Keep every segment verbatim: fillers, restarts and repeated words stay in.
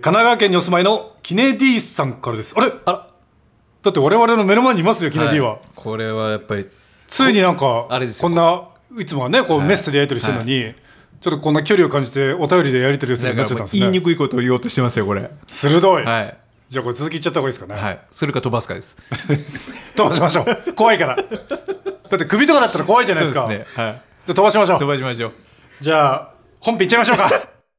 奈川県にお住まいのキネディさんからです。あれあらだって我々の目の前にいますよ、キネディは、はい、 これはやっぱりついになんかあれですよ、こんないつもはねこうメッセでやり取りしてるのに、はい、ちょっとこんな距離を感じてお便りでやり取りするようになっちゃったんですね。 言いにくいことを言おうとしてますよこれ。 鋭い、 はい、 じゃあこれ続きいっちゃった方がいいですかね。 はい、するか飛ばすかです飛ばしましょう怖いからだって首とかだったら怖いじゃないですか。 そうですね、はい、 じゃあ飛ばしましょう飛ばしましょう。 じゃあ本編いっちゃいましょうか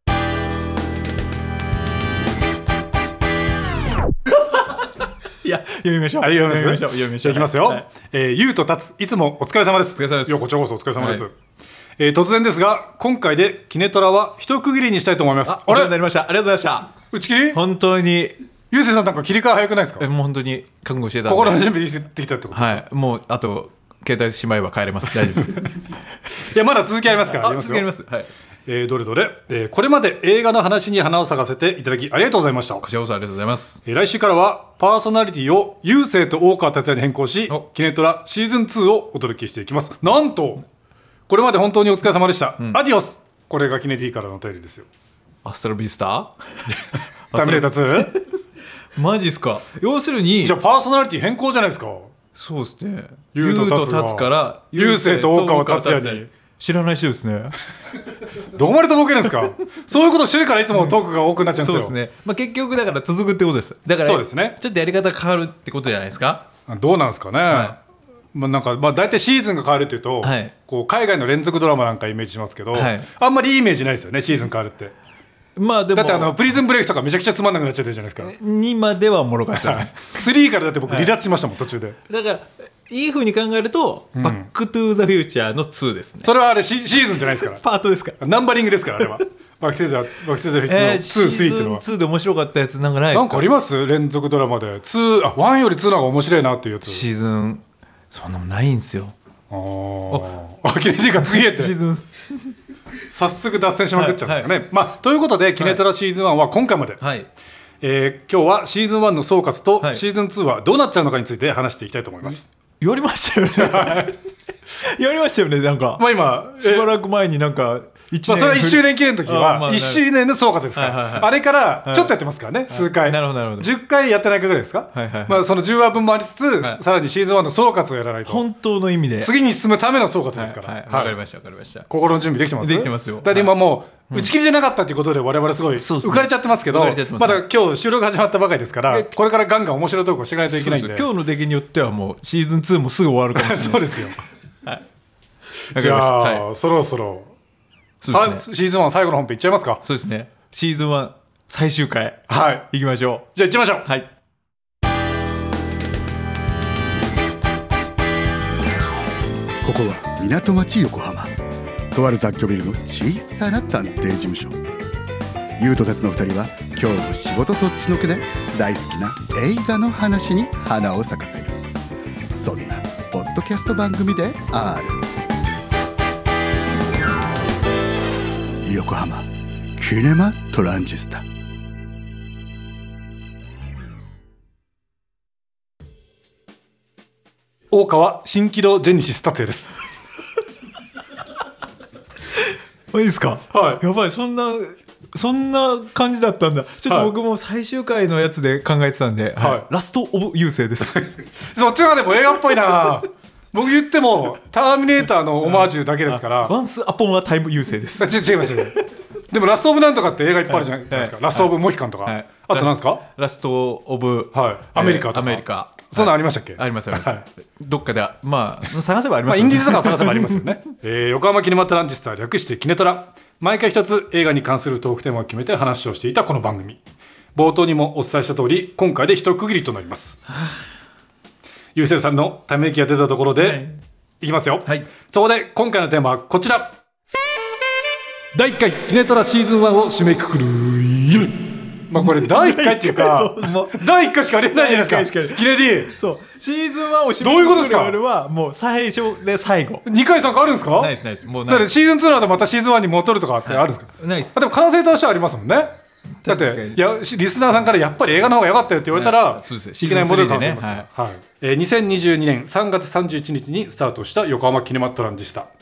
いや読みましょう。 はい、読みましょう。 読みましょう。 いきますよ。はい、えー、ゆうとたついつもお疲れ様です。 お疲れ様です。 いやこちらこそお疲れ様です。はい、えー、突然ですが今回でキネトラは一区切りにしたいと思います。 あ、お世話になりました。ありがとうございました。 打ち切り？ 本当に。 ゆうせいさんなんか切り替え早くないですか？ えもう本当に覚悟してたんで。 心の準備できたってことですか？ はい。もうあと携帯しまえば帰れます。大丈夫です。 いやまだ続きありますから。 あ、続きあります。はい。 えー、どれどれ、えー、これまで映画の話に花を咲かせていただきありがとうございました。 こちらこそありがとうございます。 えー、来週からはパーソナリティをゆうせいと大川達也に変更しキネトラシーズンツーをお届けしていきます。なんとこれまで本当にお疲れ様でした、うん、アディオス。これがキネティからのお便りですよ。 アストロビスターターミネーターツーマジっすか。要するにじゃあパーソナリティ変更じゃないですか。 そうですね。 ゆうとたつからゆうせいと大川達也に。 知らない人ですね。 どこまでとぼけるんですか。そういうことしてるからいつもトークが多くなっちゃうんですよ。 そうですね、まあ、結局だから続くってことです。だから、 そうですね、 ちょっとやり方変わるってことじゃないですか。 どうなんですかね、はい、まあ、なんかまあ大体シーズンが変わるっていうと、はい、こう海外の連続ドラマなんかイメージしますけど、はい、あんまりいいイメージないですよねシーズン変わるって。まあ、でもだってあのプリズンブレイクとかめちゃくちゃつまんなくなっちゃってるじゃないですか。 にまではおもろかったですねスリーからだって僕離脱しましたもん、はい、途中で。 だからいい風に考えると、うん、バックトゥーザフューチャーのツーですね。 それはあれ シ, シーズンじゃないですからパートですから。 ナンバリングですからあれはバックトゥーザフューチャーのツー、スリーっていうのは。 シーズンツーで面白かったやつなんかないですか。 なんかあります連続ドラマでツー、あワンよりツーの方が面白いなっていうやつ。 シーズンそんなもんないんですよ。 ああキネティが次へってシーズン早速脱線しまくっちゃうんですかね、はいはい。まあ、ということでキネトラシーズンワンは今回まで、はい、えー、今日はシーズンワンの総括と、はい、シーズンツーはどうなっちゃうのかについて話していきたいと思います。 言われましたよね言われましたよね。なんか、 まあ、今しばらく前になんかいちねん、 まあ、それはいっしゅうねん記念の時はいっしゅうねんの総括ですから、はいはいはい、あれからちょっとやってますからね、はい、数回、 なるほどなるほど。 じゅっかいやってないかぐらいですか、はいはいはい。まあ、そのじゅうわぶんもありつつ、はい、さらにシーズンワンの総括をやらないと本当の意味で次に進むための総括ですから。わ、 はいはい、かりましたわかりました。 心の準備できてます。 できてますよ。 だって今もう打ち切りじゃなかったということで我々すごい浮かれちゃってますけど、ね、まだ今日収録始まったばかりですからこれからガンガン面白いトークをしていかないといけないんで。 そうそう、今日の出来によってはもうシーズンツーもすぐ終わるかもしれないそうですよ、 はい、 じゃあ、はい、そろそろね、シーズンワン最後の本編いっちゃいますか。 そうですね、シーズンワン最終回、 はい、 いきましょう。 じゃあ行っちゃいましょう。 はい、 ここは港町横浜、とある雑居ビルの小さな探偵事務所。優斗たちのふたりは今日も仕事そっちのけで大好きな映画の話に花を咲かせる、そんなポッドキャスト番組である。横浜キネマトランジスタ。 大川新軌道ジェネシス達也ですいいですか。 はい、 やばい、そんなそんな感じだったんだ。ちょっと僕も最終回のやつで考えてたんで、はいはい、ラストオブ優勢ですそっちはでも映画っぽいな僕言ってもターミネーターのオマージュだけですから。 ワンスアポンアタイム優勢です。 違いますよでもラストオブなんとかって映画いっぱいあるじゃないですか、はいはい、ラストオブモヒカンとか、はい、あと何ですかラストオブ、 はい、アメリカとか、 アメリカ、 そんなのありましたっけ。 ありますあります、はい、どっかでまあ探せばありますよね、まあ、インディーズとか探せばありますよね、えー、横浜キネマトランジスタ略してキネトラ、毎回一つ映画に関するトークテーマを決めて話をしていたこの番組、冒頭にもお伝えした通り今回で一区切りとなります。ゆうせいさんのため息が出たところで、はい、いきますよ、はい、そこで今回のテーマはこちら、だいいっかいキネトラシーズンワンを締めくくる。まあこれだいいっかいっていうかだいいっかいしかありえないじゃないですかキネディ。 そう、シーズンワンを締めくくる俺はもう最初で最後。 にかいさんかあるんですか。 ないですないです。もうだってシーズンツーの後またシーズンワンに戻るとかってあるんですか。 はい、ないです。 でも可能性としてはありますもんね。だっていやリスナーさんからやっぱり映画の方が良かったよって言われたら、はい、そうです、いきなり戻る可能性ありますから、はいはい。えー、にせんにじゅうにねんさんがつさんじゅういちにちにスタートした横浜キネマトランジスタ、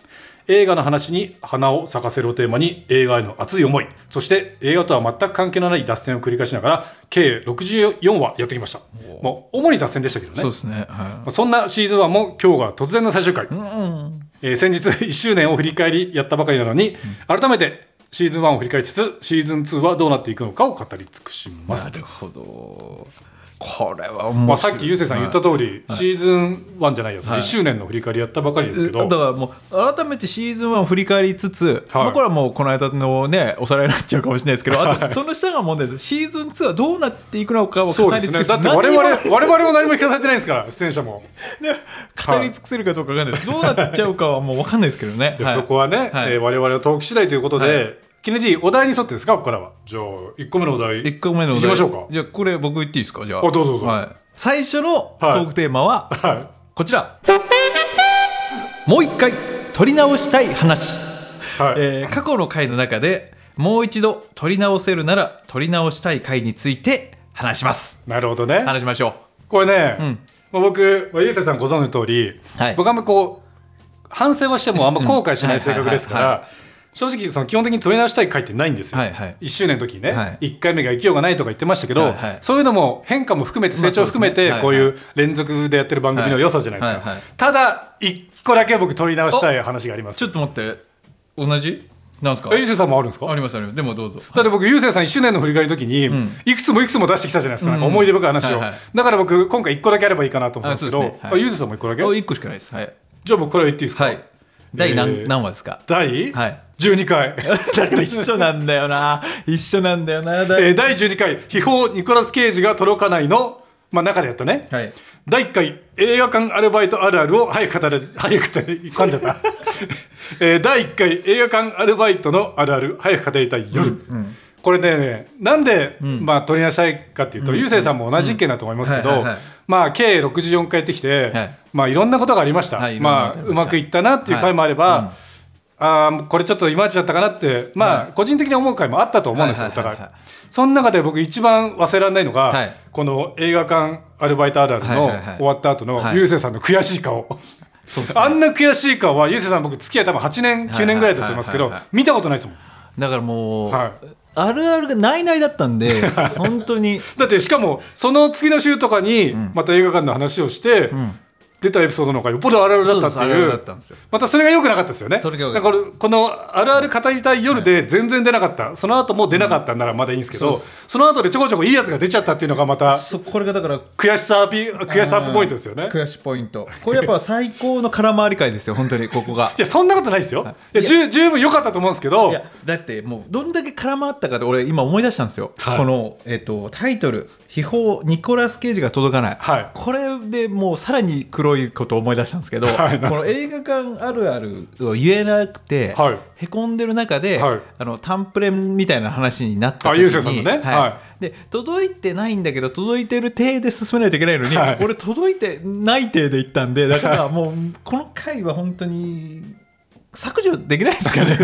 映画の話に花を咲かせるをテーマに映画への熱い思い、そして映画とは全く関係のない脱線を繰り返しながら計ろくじゅうよんわやってきました。もう主に脱線でしたけどね。 そうですね、はい、 そんなシーズンワンも今日が突然の最終回、 うんうんえー、先日いっしゅうねんを振り返りやったばかりなのに、うん、改めてシーズンワンを振り返りつつシーズンツーはどうなっていくのかを語り尽くします。 なるほど、これは面白い、 まあ、さっきゆうせいさん言った通り、はい、シーズンワンじゃないやつ、はい、いっしゅうねんの振り返りやったばかりですけど、 だからもう改めてシーズンワンを振り返りつつ、はい、まあ、これはもうこの間のねおさらいになっちゃうかもしれないですけど、あとその下が問題です。シーズンツーはどうなっていくのかを語り尽くす。 そうですね、だって我々我々も何も聞かされてないんですから出演者も、 ね、語り尽くせるかどうか分かんないです、はい、どうなっちゃうかはもう分かんないですけどね、はい、 そこはね、はい、えー、我々のトーク次第ということで、はい、キネディお題に沿ってですか、ここからは。じゃあいっこめのお題いっこめのお題いきましょうか。 じゃあこれ僕言っていいですか。じゃあ、 あ、どうぞどうぞ、 はい、最初のトークテーマは、 はいはい、 こちら、もう一回撮り直したい話、はい、えー、過去の回の中でもう一度撮り直せるなら撮り直したい回について話します。 なるほどね、 話しましょう。これね、 うん、 まあ、僕、ゆうせいさんご存知の通り、はい、僕はあんまこう反省はしてもあんま後悔しない性格ですから、正直その基本的に撮り直したい回ってないんですよ、はいはい、いっしゅうねんの時にね、はい、いっかいめが勢いがないとか言ってましたけど、はいはい、そういうのも変化も含めて成長含めてこういう連続でやってる番組の良さじゃないですか、はいはいはい、ただいっこだけ僕撮り直したい話があります。 ちょっと待って、同じなんですか。 ゆうせいさんもあるんですか。 ありますあります。でもどうぞ。 だって僕ゆうせいさんいっしゅうねんの振り返りの時に、うん、いくつもいくつも出してきたじゃないですか、なんか思い出深い話を、うん、はいはい、だから僕今回いっこだけあればいいかなと思うんですけど、ね、はい、ゆうせいさんもいっこだけ。 いっこしかないです、はい、 じゃあ僕これ言っていいですか、はい、 第 何,、えー、何話ですか。 第、 はい、 じゅうにかいだから一緒なんだよな一緒なんだよな、 えー、だいじゅうにかい秘宝ニコラス・ケイジが届かないの、まあ、中でやったね、はい、だいいっかい映画館アルバイトあるあるを早く語る早く語る噛んじゃった、えー、だいいっかい映画館アルバイトのあるある早く語りたい夜、うんうん、これね、なんで、うん、まあ、取り直したいかっていうと、うん、ゆうせいさんも同じ意見だと思いますけど、はいはいはい、まあ、計ろくじゅうよんかいやってきて、はい、まあ、いろんなことがありました、はい、まあ、うまくいったなっていう回もあれば、はい、うん、あこれちょっといまいちだったかなって、まあ、はい、個人的に思う回もあったと思うんですよ、お互い。その中で僕一番忘れられないのが、はい、この映画館アルバイトあるあるの終わった後のゆうせいさんの悔しい顔、そうですね、あんな悔しい顔はゆうせいさん僕付き合い多分はちねんきゅうねんぐらいだと思いますけど、見たことないですもん。 だからもう、はい、あるあるがないないだったんで本当にだってしかもその次の週とかにまた映画館の話をして、うんうん、出たエピソードの方がよっぽどあるあるだったっていう、またそれが良くなかったですよね。それがだからこのあるある語りたい夜で全然出なかった、はい、その後も出なかったんならまだいいんですけど、うん、そ, その後でちょこちょこいいやつが出ちゃったっていうのがまたこれがだから悔しさアピ悔しさアップポイントですよね。 悔しポイント、これやっぱ最高の空回り会ですよ本当にここが。 いやそんなことないですよ、はい、いや十十分良かったと思うんですけど、 いやだってもうどんだけ空回ったかで俺今思い出したんですよ、はい、この、えーと、タイトル秘宝ニコラス・ケイジが届かない、はい、これでもうさらに黒いことを思い出したんですけど、はい、この映画館あるあるを言えなくて、はい、へこんでる中で、はい、あのタンプレみたいな話になった時に、 ゆうせいさんのね、はいはい、 で届いてないんだけど届いてる体で進めないといけないのに、はい、俺届いてない体で行ったんで、だからもうこの回は本当に削除できないですかね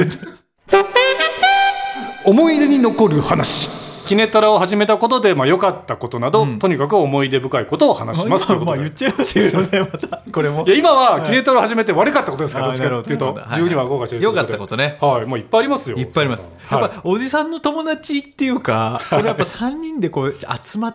思い出に残る話、キネタラを始めたことでまあ良かったことなど、うん、とにかく思い出深いことを話しますということで、 まあ、言っちゃいましたけどね、またこれもいや今はキネタラを始めて悪かったことですから、どっちかっていうとじゅうにわ豪華してる良かったことね、 はい、もういっぱいありますよ。 いっぱいあります、はい、やっぱおじさんの友達っていうか、これやっぱさんにんでこう集まって、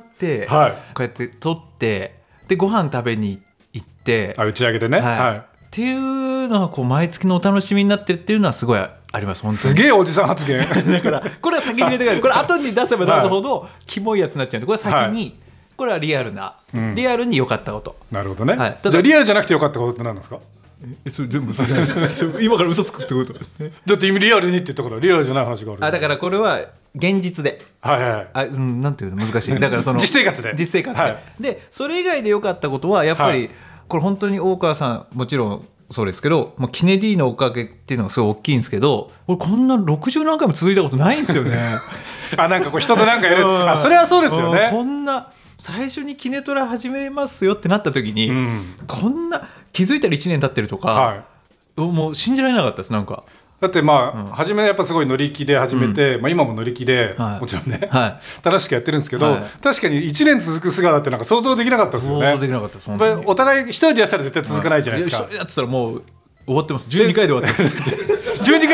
はい、こうやって撮ってでご飯食べに行ってあ打ち上げでね、はいはい、 っていうのはこう毎月のお楽しみになってるっていうのはすごいあります。本当にすげえおじさん発言だからこれは先に入れてくれこれ後に出せば出すほどキモいやつになっちゃうんで、これ先に、はい、これはリアルな、うん、リアルに良かったこと。 なるほどね、はい、じゃあリアルじゃなくて良かったことって何ですか。 えそれ全部嘘じゃないですか今から嘘つくってことだってリアルにって言ったからリアルじゃない話がある。 あだからこれは現実で、 はいはい、 あ、うん、なんていうの難しいだからその実生活で実生活で、はい、でそれ以外で良かったことはやっぱり、はい、これ本当に大川さんもちろんそうですけど、まあ、キネディのおかげっていうのがすごい大きいんですけど、俺こんなろくじゅうなんかいも続いたことないんですよねあなんかこう人となんかやるあそれはそうですよね。 こんな最初にキネトラ始めますよってなった時に、うん、こんな気づいたらいちねん経ってるとか、はい、もう信じられなかったです。なんかだってまあ、うん、初めやっぱすごい乗り気で始めて、うんまあ、今も乗り気で、はい、もちろんね、はい、楽しくやってるんですけど、はい、確かにいちねん続く姿ってなんか想像できなかったですよね。 想像できなかったです。 お互い一人でやったら絶対続かないじゃないですか。 一人でやってたらもう終わってます。じゅうにかいで終わってます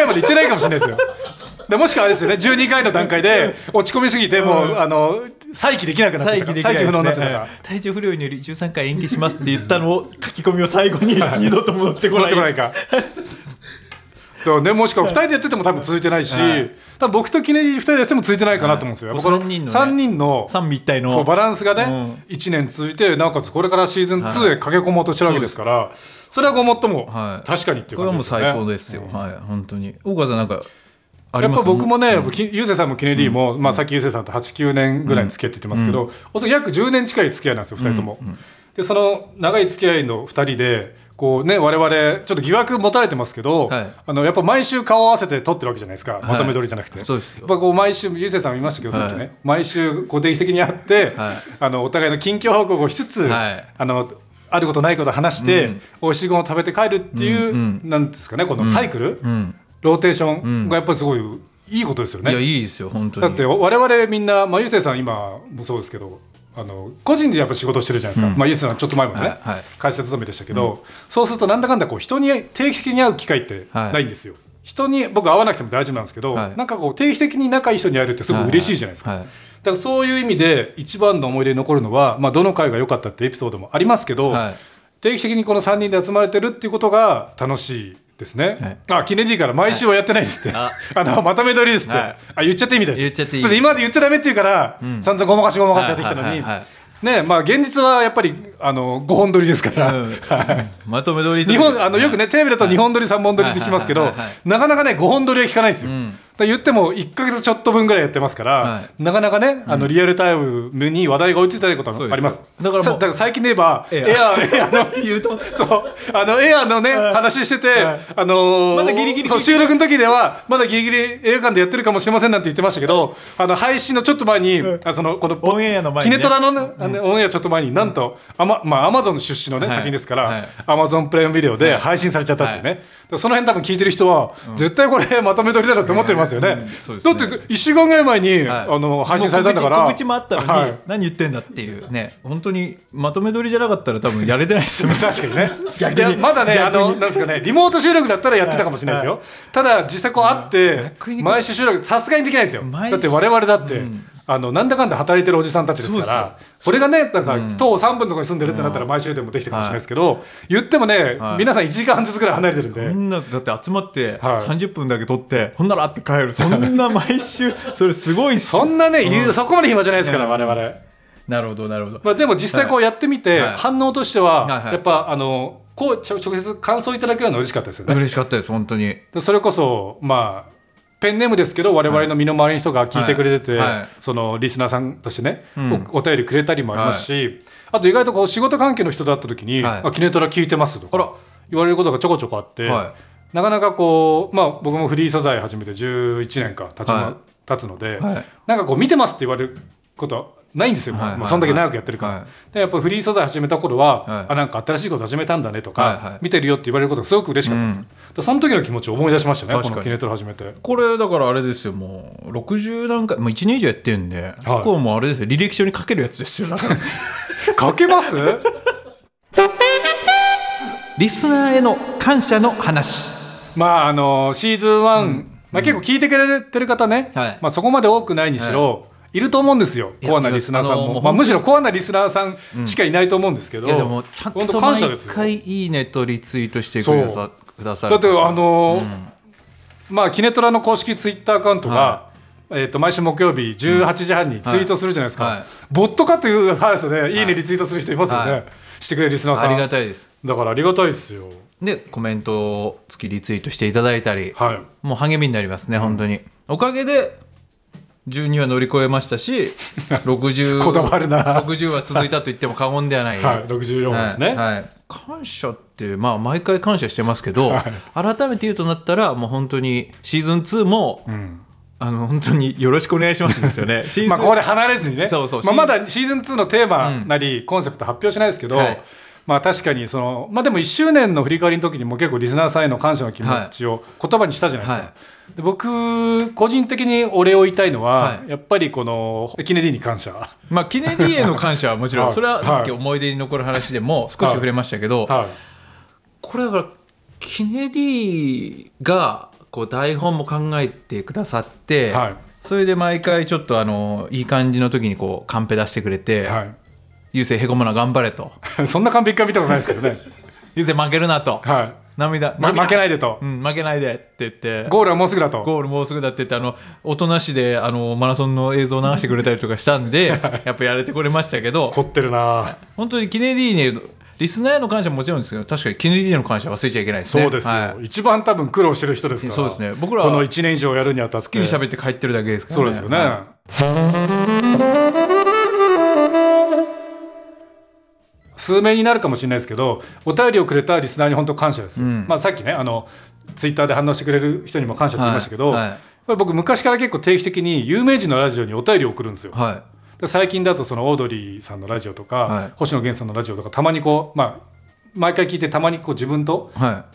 いまで行ってないかもしれないですよ。でもしくはあれですよね、じゅうにかいの段階で落ち込みすぎてもう、うん、あの再起できなくなってたから、再起不能になってたから、 体調不良によりじゅうさんかい延期しますって言ったのを書き込みを最後に二度と戻ってこない、 戻ってこないかだね、もしくはふたりでやってても多分続いてないし、はい、多分僕とキネディふたりでやっても続いてないかなと思うんですよ、はい、 さんにんの、ね、 さんにんの三位一体のそうバランスがね、うん、いちねん続いて、なおかつこれからシーズンツーへ駆け込もうとしてるわけですから、はい、そ, それはごもっとも、はい、確かにっていう感じですよね。 これはもう最高ですよ、うん、はい、本当に。大川さんなんかあります？ やっぱ僕もね、うん、ゆうせいさんもキネディも、うん、まあ、さっきゆうせいさんとはちきゅうねんぐらいに付き合って言ってますけど、うん、おそらく約じゅうねん近い付き合いなんですよ、ふたりとも、うんうん、でその長い付き合いのふたりでこうね、我々ちょっと疑惑持たれてますけど、はい、あのやっぱ毎週顔を合わせて撮ってるわけじゃないですか、はい、まとめ撮りじゃなくて、 そうですよ。 やっぱこう毎週、ゆうせいさんも言いましたけど、はい、さっきね、毎週こう定期的に会って、はい、あのお互いの近況報告をしつつ、はい、あのあることないことを話して、うん、美味しいご飯を食べて帰るっていう、うんうん、なんですかね、このサイクル、うん、ローテーションがやっぱりすごいいいことですよね。 いや、いいですよ本当に。 だって我々みんな、まあ、ゆうせいさん今もそうですけど、あの個人でやっぱ仕事してるじゃないですか、うん、まあ、ゆうせいさんちょっと前もね、はいはい、会社勤めでしたけど、うん、そうするとなんだかんだこう人に定期的に会う機会ってないんですよ、はい、人に僕会わなくても大丈夫なんですけど、はい、なんかこう定期的に仲いい人に会えるってすごく嬉しいじゃないですか、はいはい、だからそういう意味で一番の思い出に残るのは、まあ、どの会が良かったってエピソードもありますけど、はい、定期的にこのさんにんで集まれてるっていうことが楽しいですね、はい、あ、キネディから毎週はやってないですって、はい、あのまとめ撮りですって、はい、あ、言っちゃっていいみたいです。 言っちゃっていい。 だって今まで言っちゃダメって言うから、うん、散々ごまかしごまかしやってきたのに、はいはいはいはい、ね、まあ、現実はやっぱりあのごほん撮りですから、うん、はい、 まとめ撮り日本あのよくねテレビだとにほん撮りさんぼん撮りって聞きますけど、なかなかねごほん撮りは聞かないですよ、うん、だ言ってもいっかげつちょっと分ぐらいやってますから、はい、なかなかね、あのリアルタイムに話題が追いついてないことはあります。だからもうだから最近で言えばエアーエアの言うとそうあのエアのね、はい、話してて、はい、あのー、まだギリギリそう収録の時ではまだギリギリ映画館でやってるかもしれませんなんて言ってましたけど、あの配信のちょっと前に、うん、あそのこのオンエアの前に、ね、 キネトラの、ね、うん、オンエアちょっと前になんと、うん、アマまあアマゾンの出身のね、はい、作品ですから、はい、アマゾンプライムビデオで配信されちゃったっていうね、はいはい、その辺多分聞いてる人は、うん、絶対これまとめ撮りだろって思ってますよね、うんうん、そうですね。だっていっしゅうかんぐらい前に、はい、あの配信されたんだから、 告知もあったのに、はい、何言ってんだっていうね、本当にまとめ撮りじゃなかったら多分やれてないですよね確かにね逆にまだね、あのなんですかね、リモート収録だったらやってたかもしれないですよ、はいはい、ただ実際こう会って毎週収録さすがにできないですよ。だって我々だって、うん、あのなんだかんだ働いてるおじさんたちですから、これがね、なんか徒歩さんぷんとかに住んでるってなったら毎週でもできたかもしれないですけど、はい、言ってもね、はい、皆さんいちじかんはんずつぐらい離れてるんで、 そんなだって集まってさんじゅっぷんだけ撮って、はい、ほんなら会って帰る、そんな毎週それすごいっすそんなね、うん、そこまで暇じゃないですから、我々。 なるほどなるほど、 まあ、でも実際こうやってみて、はい、反応としてはやっぱあのこう直接感想いただけるのは嬉しかったですよね。 嬉しかったです本当に。 それこそまあペンネームですけど我々の身の回りの人が聞いてくれてて、はいはい、そのリスナーさんとしてね、うん、お, お便りくれたりもありますし、はい、あと意外とこう仕事関係の人だった時に、はい、あキネトラ聞いてますとか言われることがちょこちょこあって、はい、なかなかこう、まあ、僕もフリー素材始めてじゅういちねんか経ち、まはい、経つので、はい、なんかこう見てますって言われることはないんですよ、はいはいはい、そんだけ長くやってるから、はい、でやっぱフリー素材始めた頃は、はい、あなんか新しいこと始めたんだねとか、はいはい、見てるよって言われることがすごく嬉しかったんですよ、うん、その時の気持ちを思い出しましたね。このキネトラ始めてこれだからあれですよ、もうろくじゅう何回もういちねん以上やってるんで、はい、ここはもうあれですよ、履歴書に書けるやつですよだから書けますリスナーへの感謝の話。 まああのシーズンワン、うんまあ、結構聞いてくれてる方ね、はいまあ、そこまで多くないにしろ、はいいると思うんですよ、コアなリスナーさんも、まあ、むしろコアなリスナーさんしかいないと思うんですけど、うん、いやでもちゃんと毎回いいねとリツイートしてくださる。 だってあのーうん、まあキネトラの公式ツイッターアカウントが、はいえー、と毎週木曜日じゅうはちじはんにツイートするじゃないですか、うんはい、ボットかという速さでいいねリツイートする人いますよね、はい、してくれるリスナーさん。 ありがたいです。 だからありがたいですよ。 でコメントを付きリツイートしていただいたり、はい、もう励みになりますね、うん、本当におかげでじゅうには乗り越えましたしろくじゅうこだわるなろくじゅうは続いたと言っても過言ではない、 はい、ろくじゅうよんですね、 はいはい、感謝って、まあ、毎回感謝してますけど、はい、改めて言うとなったらもう本当にシーズンツーも、うん、あの本当によろしくお願いしますですよねまあここで離れずにねそうそう、まあ、まだシーズンツーのテーマなり、うん、コンセプト発表しないですけど、はいまあ、確かにその、まあ、でもいっしゅうねんの振り返りの時にも結構リスナーさんへの感謝の気持ちを言葉にしたじゃないですか、はい、で僕個人的にお礼を言いたいのは、はい、やっぱりこのキネディに感謝、 まあ、キネディへの感謝はもちろんそれはさっき思い出に残る話でも少し触れましたけど、はいはい、これだからキネディがこう台本も考えてくださって、 はい、 それで毎回ちょっとあのいい感じの時にこうカンペ出してくれて、はい、ゆうせいへこむな頑張れとそんなカンペ一回見たことないですけどねゆうせい負けるなと、はい、涙、 ま、負けないでと、 うん、負けないでって言ってゴールはもうすぐだとゴールもうすぐだって言ってあの音なしであのマラソンの映像を流してくれたりとかしたんでやっぱやれてこれましたけど凝ってるな本当にキネディーネリスナーへの感謝ももちろんですけど確かにキネディーネの感謝は忘れちゃいけないですね。 そうですよ、はい、一番多分苦労してる人ですからそうですね僕らはこのいちねん以上やるにあたって好きに喋って帰ってるだけですからね。 そうですよね、はい、数名になるかもしれないですけどお便りをくれたリスナーに本当感謝です、うんまあ、さっきねあのツイッターで反応してくれる人にも感謝って言いましたけど、はいはい、僕昔から結構定期的に有名人のラジオにお便りを送るんですよ、はい、最近だとそのオードリーさんのラジオとか、はい、星野源さんのラジオとかたまにこう、まあ、毎回聞いてたまにこう自分と、はい、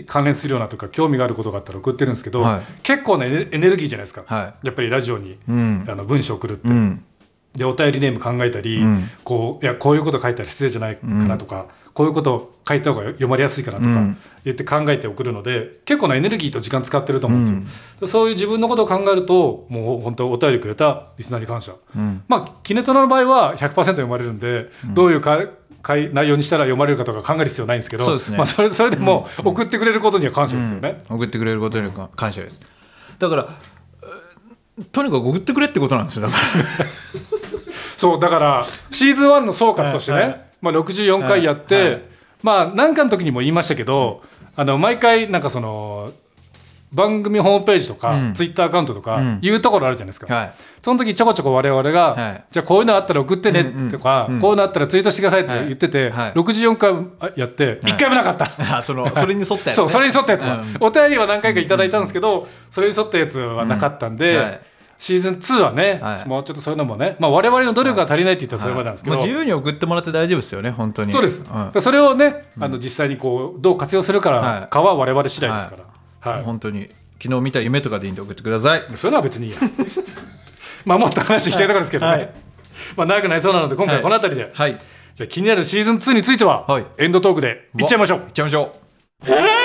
関連するようなとか興味があることがあったら送ってるんですけど、はい、結構なエネルギーじゃないですか、はい、やっぱりラジオに、うん、あの文章を送るって、うん、でお便りネーム考えたり、うん、こういやこういうこと書いたら失礼じゃないかなとか、うん、こういうことを書いた方が読まれやすいかなとか言って考えて送るので結構なエネルギーと時間使ってると思うんですよ、うん、そういう自分のことを考えるともう本当お便りくれたリスナーに感謝、うん、まあキネトラの場合は ひゃくパーセント 読まれるんで、うん、どういうか内容にしたら読まれるかとか考える必要ないんですけど そうですね、まあ、それ、それでも送ってくれることには感謝ですよね、 うんうん、送ってくれることには感謝です。だからとにかく送ってくれってことなんですよだからそうだからシーズンワンの総括としてね、はいはいまあ、ろくじゅうよんかいやって、はいはい、まあ何かの時にも言いましたけど、うん、あの毎回なんかその番組ホームページとか、うん、ツイッターアカウントとかいうところあるじゃないですか、うん、その時ちょこちょこ我々が、はい、じゃあこういうのあったら送ってねとか、うんうん、こういうのあったらツイートしてくださいって言ってて、はいはい、ろくじゅうよんかいやっていっかいもなかった、 はい、そのそれに沿ったやつ、ね、 そうそれに沿ったやつは、うん、お便りは何回かいただいたんですけど、うん、それに沿ったやつはなかったんで、うんはいシーズンツーはね、はい、もうちょっとそういうのもね、まあ、我々の努力が足りないって言ったらそれまでなんですけど、 はいはいまあ、自由に送ってもらって大丈夫ですよね本当に。 そうです、うん、それをねあの実際にこうどう活用するからかは我々次第ですから、はいはい、 本当に昨日見た夢とかでいいんで送ってください。 それは別にいいやまあもっと話したいところですけどね、はいまあ、長くなりそうなので今回はこの辺りで、はい、じゃあ気になるシーズンツーについては、はい、エンドトークでいっちゃいましょういっちゃいましょう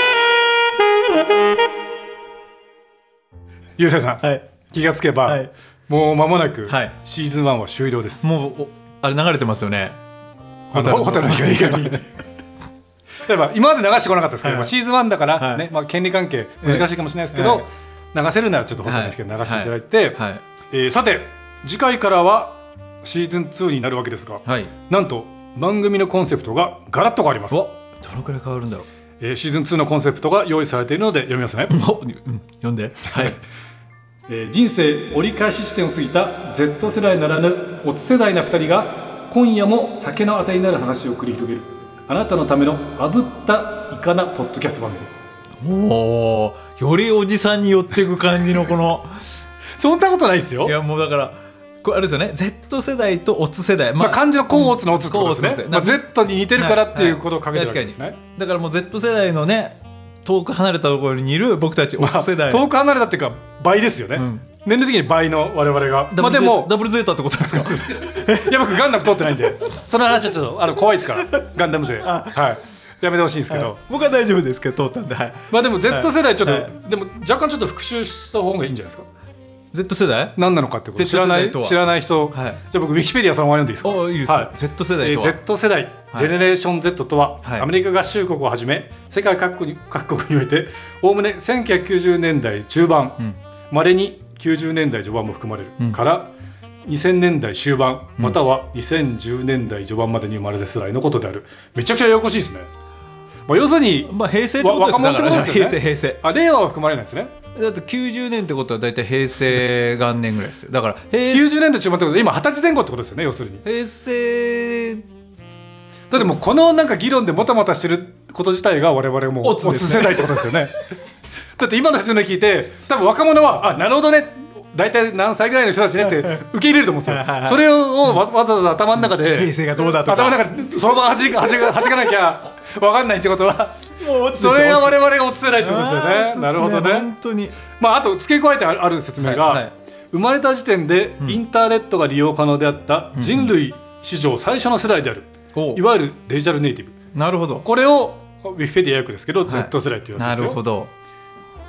ゆうせいさん、はい、気がつけば、はいもう間もなくシーズンワンは終了です、 はい、もうあれ流れてますよねホタルの光が例えば今まで流してこなかったですけど、はい、シーズンワンだから、ねはいまあ、権利関係難しいかもしれないですけど、はい、流せるならちょっとホタルの光流していただいて、はいはいえー、さて次回からはシーズンツーになるわけですが、はい、なんと番組のコンセプトがガラッと変わります。 どのくらい変わるんだろう、 えー、シーズンツーのコンセプトが用意されているので読みますねうん、読んではいえー、人生折り返し地点を過ぎた Z 世代ならぬオツ世代なふたりが今夜も酒のあてになる話を繰り広げるあなたのための炙ったイカなポッドキャスト番組。おーよりおじさんに寄っていく感じのこのそんなことないですよ。 いやもうだからこれあれですよね Z 世代とオツ世代、 まあ、漢字の高オツのオツってことですね、まあ、Z に似てるからっていうことをかけてるわけですね、はいはい、 だからもう Z 世代のね遠く離れたところにいる僕たちオツ世代、 まあ、遠く離れたっていうか倍ですよね、うん、年齢的に倍の我々がダブルゼータ、まあ、でもダブルゼータってことですかいや僕ガンダム通ってないんでその話はちょっとあの怖いですからガンダム勢はいやめてほしいんですけど、はい、 僕は大丈夫ですけど通ったんで、はい、 まあでも Z 世代ちょっと、はい、でも若干ちょっと復習した方がいいんじゃないですか。 Z 世代何なのかってこと知らない知らない人、はい、じゃあ僕ウィキペディアそのまま読んでいいですか。 おいいです、はい、Z 世代とは、 えー、Z 世代ジェネレーション Z とは、はい、アメリカ合衆国をはじめ世界各国に、各国においておおむねせんきゅうひゃくきゅうじゅうねんだい中盤まれ、うん、にきゅうじゅうねんだい序盤も含まれる、うん、からにせんねんだい終盤、うん、またはにせんじゅうねんだい序盤までに生まれた世代のことである。めちゃくちゃややこしいですね、まあ、要するに、 まあ、平成ってことですね。だからね平成平成あ令和は含まれないですね。 だってきゅうじゅうねんってことはだいたい平成元年ぐらいですよ。だからきゅうじゅうねんだい中盤ってことは今はたちぜん後ってことですよね。要するに平成だってもうこのなんか議論でもたもたしてること自体が我々もオツ世代ってことですよねだって今の説明聞いて多分若者はあなるほどね大体何歳ぐらいの人たちねって受け入れると思うんですよそれを わ, わざわざ頭の中で平成がどうだとか頭の中でそのままはじかなきゃ分かんないってことはそれが我々がオツ世代ってことですよね。なるほどね。 本当に、 まあ、あと付け加えてある説明が、はいはい、生まれた時点でインターネットが利用可能であった人類史上最初の世代である、うん、いわゆるデジタルネイティブ。 なるほど。 これをウィキペディア訳ですけど、はい、Z 世代って言われてますよ。 なるほど。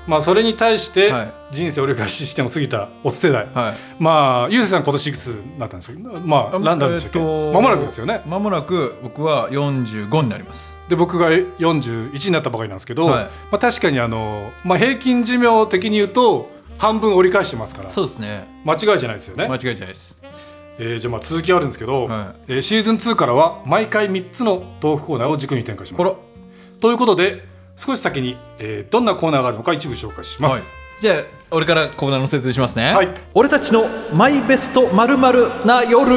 まあ、それに対して人生折り返ししても過ぎたオツ世代、はい、まあゆうせいさん今年いくつになったんですか。まあ何なんでしたっけ。まもなくですよね。 まもなく僕はよんじゅうごになります。 で僕がよんじゅういちになったばかりなんですけど、はい、まあ、確かにあの、まあ、平均寿命的に言うと半分折り返してますから。 そうですね。 間違いじゃないですよね。 間違いじゃないです。 えー、じゃあまあ続きあるんですけど、はい、えー、シーズンツーからは毎回みっつの豆腐コーナーを軸に展開します。ということで少し先に、えー、どんなコーナーがあるのか一部紹介します、はい、 じゃあ俺からコーナーの説明しますね、はい、俺たちのマイベスト〇〇な夜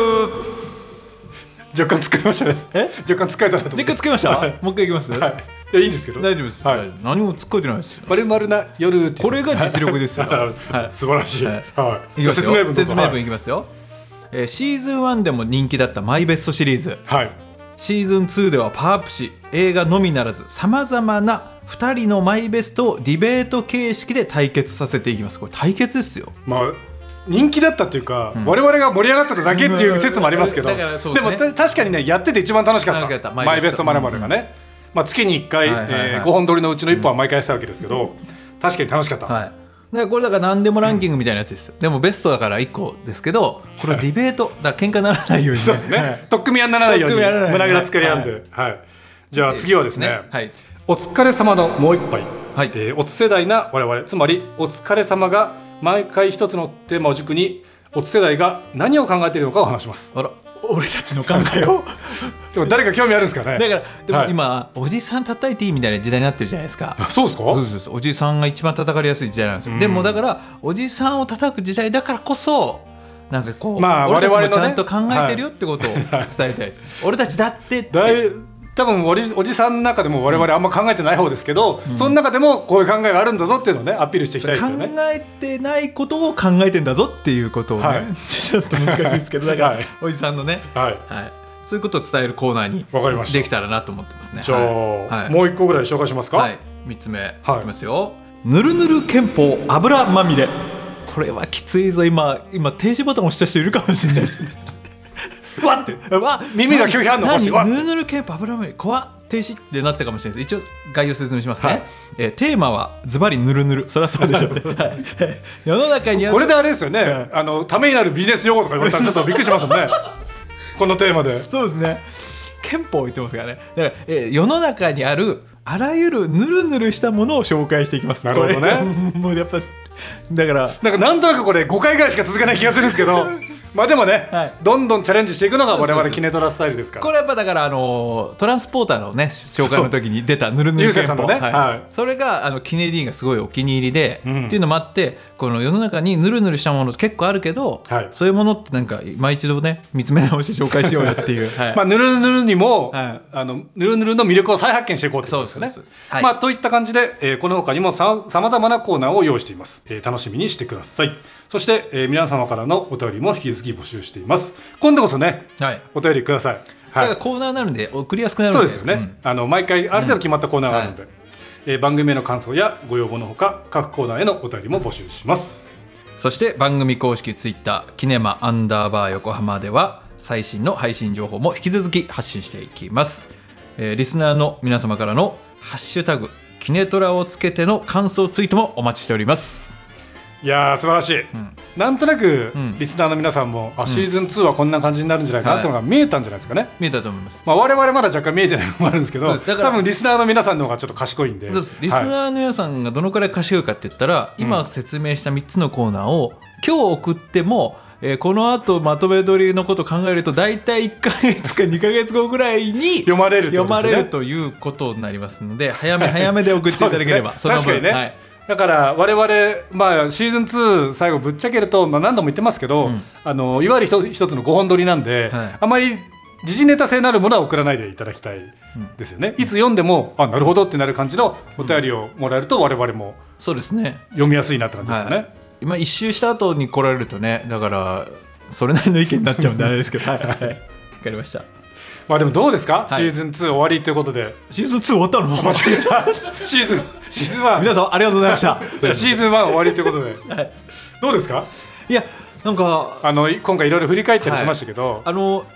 若干使いましたね。 え若干使えたなと思って。 若干使いました、はい、もう一回いきます、 はい、いやいいんですけど大丈夫です、はい、何も突っ込んでないですよ。 〇〇な夜ってこれが実力ですよ、 はい、素晴らしい、はいはい、 いきますよ。説明文説明文いきますよ、はい、えー、シーズンワンでも人気だったマイベストシリーズ、はい、シーズンツーではパワーアップし映画のみならずさまざまなふたりのマイベストをディベート形式で対決させていきます。これ対決ですよ。 まあ人気だったっていうか、うん、我々が盛り上がっただけっていう説もありますけど、だからそうですね、でも確かにねやってて一番楽しかった、マイベストまるまるがね、うんうん、まあ、月にいっかい、はいはいはい、えー、ごほん撮りのうちのいっぽんは毎回やってたわけですけど、うん、確かに楽しかった、はい、 だからこれだから何でもランキングみたいなやつですよ、うん、でもベストだからいっこですけど、これディベート、はい、だから喧嘩にならないように、 そうですね、取っ組み合いにならないように胸ぐらつかり合うんで、はいはい、じゃあ次はですね、はい、お疲れ様のもう一杯、はい、えー、おつ世代な我々、つまりお疲れ様が毎回一つのテーマを軸におつ世代が何を考えているのかを話します。 あら、俺たちの考えをでも誰か興味あるんですかね。 だからでも今、はい、おじさん叩いていいみたいな時代になってるじゃないですか。 そうですか。 そうです。おじさんが一番叩かれやすい時代なんですよ。でもだからおじさんを叩く時代だからこそなんかこう、まあ、俺たちもちゃんと考えてるよってことを伝えたいです、はい、俺たちだってって多分おじ、おじさんの中でも我々あんま考えてない方ですけど、うん、その中でもこういう考えがあるんだぞっていうのをねアピールしていきたいですよね。 考えてないことを考えてんだぞっていうことをね、はい、ちょっと難しいですけどだから、はい、おじさんのね、はいはい、そういうことを伝えるコーナーにできたらなと思ってますね。 じゃあ、はい、もう一個ぐらい紹介しますか。はい、 みっつめ、はい、いきますよ。ぬるぬる憲法油まみれ。これはきついぞ。今今停止ボタンを押した人いるかもしれないですわってわ耳が拒否反応起こしてぬるぬる憲法油まみれ怖っ停止ってなったかもしれないです。一応概要説明しますね、はい、えー、テーマはズバリぬるぬる。そりゃそうでしょうね世の中にこれであれですよね、はい、あのためになるビジネス用語とか言われたらちょっとびっくりしますもんねこのテーマで。 そうですね、憲法を言ってますからね。だから、えー、世の中にあるあらゆるぬるぬるしたものを紹介していきます。 なるほどねもうやっぱだからなんかなんとなくこれごかいぐらいしか続かない気がするんですけどまあでもね、はい、どんどんチャレンジしていくのが我々キネトラスタイルですから。 これやっぱだからあのトランスポーターのね紹介の時に出たぬるぬる憲法、ね、はいはい、それがあのキネディーンがすごいお気に入りで、うん、っていうのもあってこの世の中にぬるぬるしたもの結構あるけど、はい、そういうものってなんか今一度ね見つめ直して紹介しようよっていう、はい、 まあぬるぬるにも、はい、あのぬるぬるの魅力を再発見していこうってことですね。そうです、はい、まあといった感じで、えー、この他にもさまざまなコーナーを用意しています、えー、楽しみにしてください。そして、えー、皆様からのお便りも引き続き募集しています。今度こそね、はい、お便りください。はい、 だからコーナーになるんで送りやすくなるんで。 そうですよね、うん、あの毎回ある程度決まったコーナーがあるので、うん、はい、えー、番組への感想やご要望のほか各コーナーへのお便りも募集します。 そして番組公式ツイッターキネマアンダーバー横浜では最新の配信情報も引き続き発信していきます、えー、リスナーの皆様からのハッシュタグキネトラをつけての感想ツイートもお待ちしております。 いやー素晴らしい、うん、なんとなく、うん、リスナーの皆さんも、あ、シーズンツーはこんな感じになるんじゃないかなっていうのが見えたんじゃないですかね、はい、 見えたと思います、 まあ、我々まだ若干見えてないのもあるんですけど、だから多分リスナーの皆さんの方がちょっと賢いんで。 そうです、リスナーの皆さんがどのくらい賢いかって言ったら、はい、今説明したみっつのコーナーを今日送っても、えー、この後まとめ撮りのことを考えるとだいたいいっかげつかにかげつごぐらいに読まれる、 読まれるということになりますので、早め早めで送っていただければそ、ね、その分確かにね、はい、だから我々、まあ、シーズンツー最後ぶっちゃけると、まあ、何度も言ってますけど、うん、あのいわゆる一つ一つのごほん撮りなんで、はい、あまり時事ネタ性のあるものは送らないでいただきたいですよね、うん、いつ読んでもあなるほどってなる感じのお便りをもらえると我々もそうですね、 読みやすいなって感じですかね、はい、 今一周した後に来られるとね、だからそれなりの意見になっちゃうんであれですけどはい、はい、分かりました。 まあでもどうですか、はい、シーズンツー終わりということで。 シーズンツー終わったの？ 間違えたシーズンシーズンワン皆さんありがとうございましたシーズンワン終わりということで、はい、どうですか？ いやなんかあの今回いろいろ振り返ったりしましたけど、 はい、あの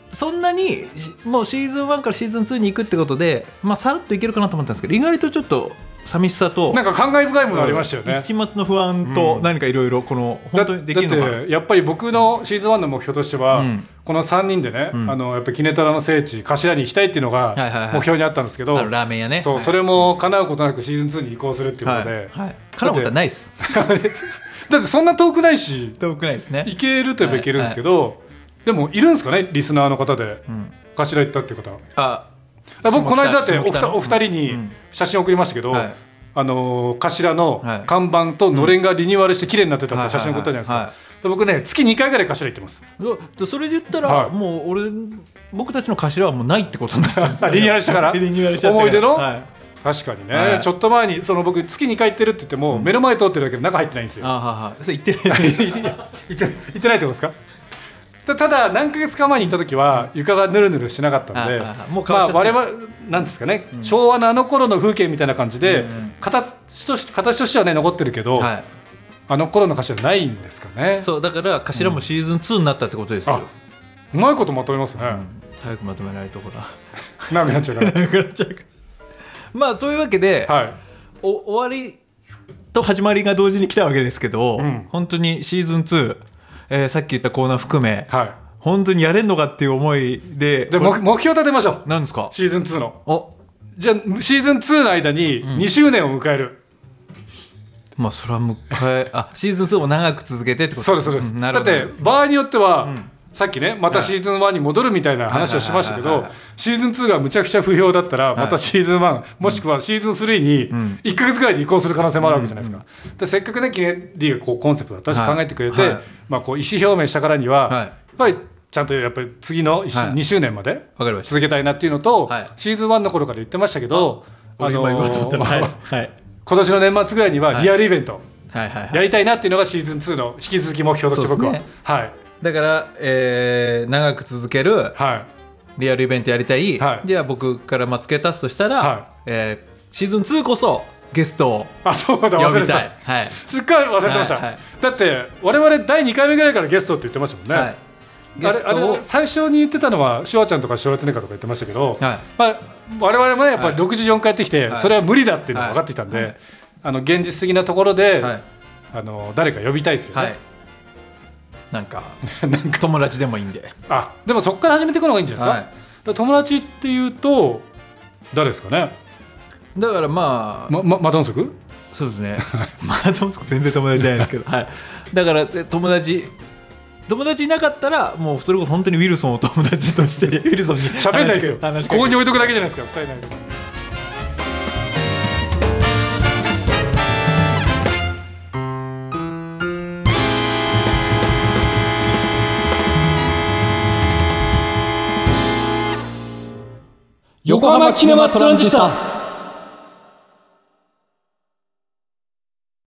そんなにもうシーズンワンからシーズンツーに行くってことで、まあ、さらっといけるかなと思ったんですけど、意外とちょっと寂しさとなんか感慨深いものありましたよね。 一末の不安と何かいろいろこの本当にできるのかな。 だってやっぱり僕のシーズンワンの目標としては、うん、このさんにんでね、うん、あのやっぱりキネトラの聖地頭に行きたいっていうのが目標にあったんですけど、 はいはいはい、ラーメン屋ね、 そう、はい、それも叶うことなくシーズンツーに移行するっていうことで、 はいはい、叶うことはないですだってそんな遠くないし、 遠くないですね。 行けるといえば行けるんですけど、はいはい、でもいるんですかね、リスナーの方で、うん、頭行ったっていう方。 あ、 僕この間だってお二人に写真送りましたけど、うん、はい、あのー、頭の看板とのれんがリニューアルして綺麗になってたって写真送ったじゃないですか、はいはいはい、僕ね月にかいぐらい頭行ってます。 それで言ったら、はい、もう俺僕たちの頭はもうないってことになっちゃうんですねリニューアルしたからリニューアルしちゃって思い出の、 はい、 確かにね、はい、ちょっと前にその僕月にかい行ってるって言っても、うん、目の前通ってるだけで中入ってないんですよ。 あはは、それ行ってない行ってないってことですか。ただ何ヶ月か前に行った時は床がぬるぬるしなかったんで、もうまあ我々なんですかね、うん、昭和のあの頃の風景みたいな感じで、うん、形として形としてはね残ってるけど、はい、あの頃の頭ないんですかね。 そうだから頭もシーズンツーになったってことですよ、うん、 うまいことまとめますね、うん、 早くまとめないところ長くなっちゃうから長くなっちゃうからまあというわけで、はい、お終わりと始まりが同時に来たわけですけど、うん、本当にシーズンツー、えー、さっき言ったコーナー含め、はい、本当にやれんのかっていう思いで、 で目標立てましょう。 何ですか。 シーズンツーのおじゃあシーズンツーの間ににしゅうねんを迎える、 うん、まあそれは迎えあシーズンツーを長く続けてってこと。 そうですそうです、うん、だって場合によっては、うん、さっきねまたシーズンワンに戻るみたいな話をしましたけど、シーズンツーがむちゃくちゃ不評だったらまたシーズンワン、はい、もしくはシーズンスリーにいっかげつぐらいで移行する可能性もあるわけじゃないですか、うんうん、でせっかくねキネディがこうコンセプトだったし考えてくれて、はいはい、まあ、こう意思表明したからには、はい、やっぱりちゃんとやっぱり次のにしゅうねんまで続けたいなっていうのと、はい、シーズンワンの頃から言ってましたけど、あのーはいはい、今年の年末ぐらいにはリアルイベントやりたいなっていうのがシーズンツーの引き続き目標として僕は、ね、はい、 だから、えー、長く続ける、はい、リアルイベントやりたい、はい、じゃあ僕からまあ付け足すとしたら、はい、えー、シーズンツーこそゲストをあそうだ忘れてた、はい、すっごい忘れてました、はいはい、だって我々だいにかいめぐらいからゲストって言ってましたもんね、はい、ゲストをあれあれ最初に言ってたのはシュワちゃんとかシュワツネカとか言ってましたけど、はい、まあ、我々もねやっぱりろくじゅうよんかいやってきて、はい、それは無理だっていうのが分かっていたんで、はいはい、あの現実的なところで、はい、あの誰か呼びたいですよね、はい、 なんか友達でもいいんであでもそこから始めていくのがいいんじゃないですか、はい、だ友達っていうと誰ですかね。 だからまあ、 まま、マドンソクそうですねマドンソク全然友達じゃないですけど、はい、だから友達友達いなかったらもうそれこそ本当にウィルソンを友達としてウィルソンに喋んないですよここに置いとくだけじゃないですかふたりないとか。 横浜キネマトランジスタ。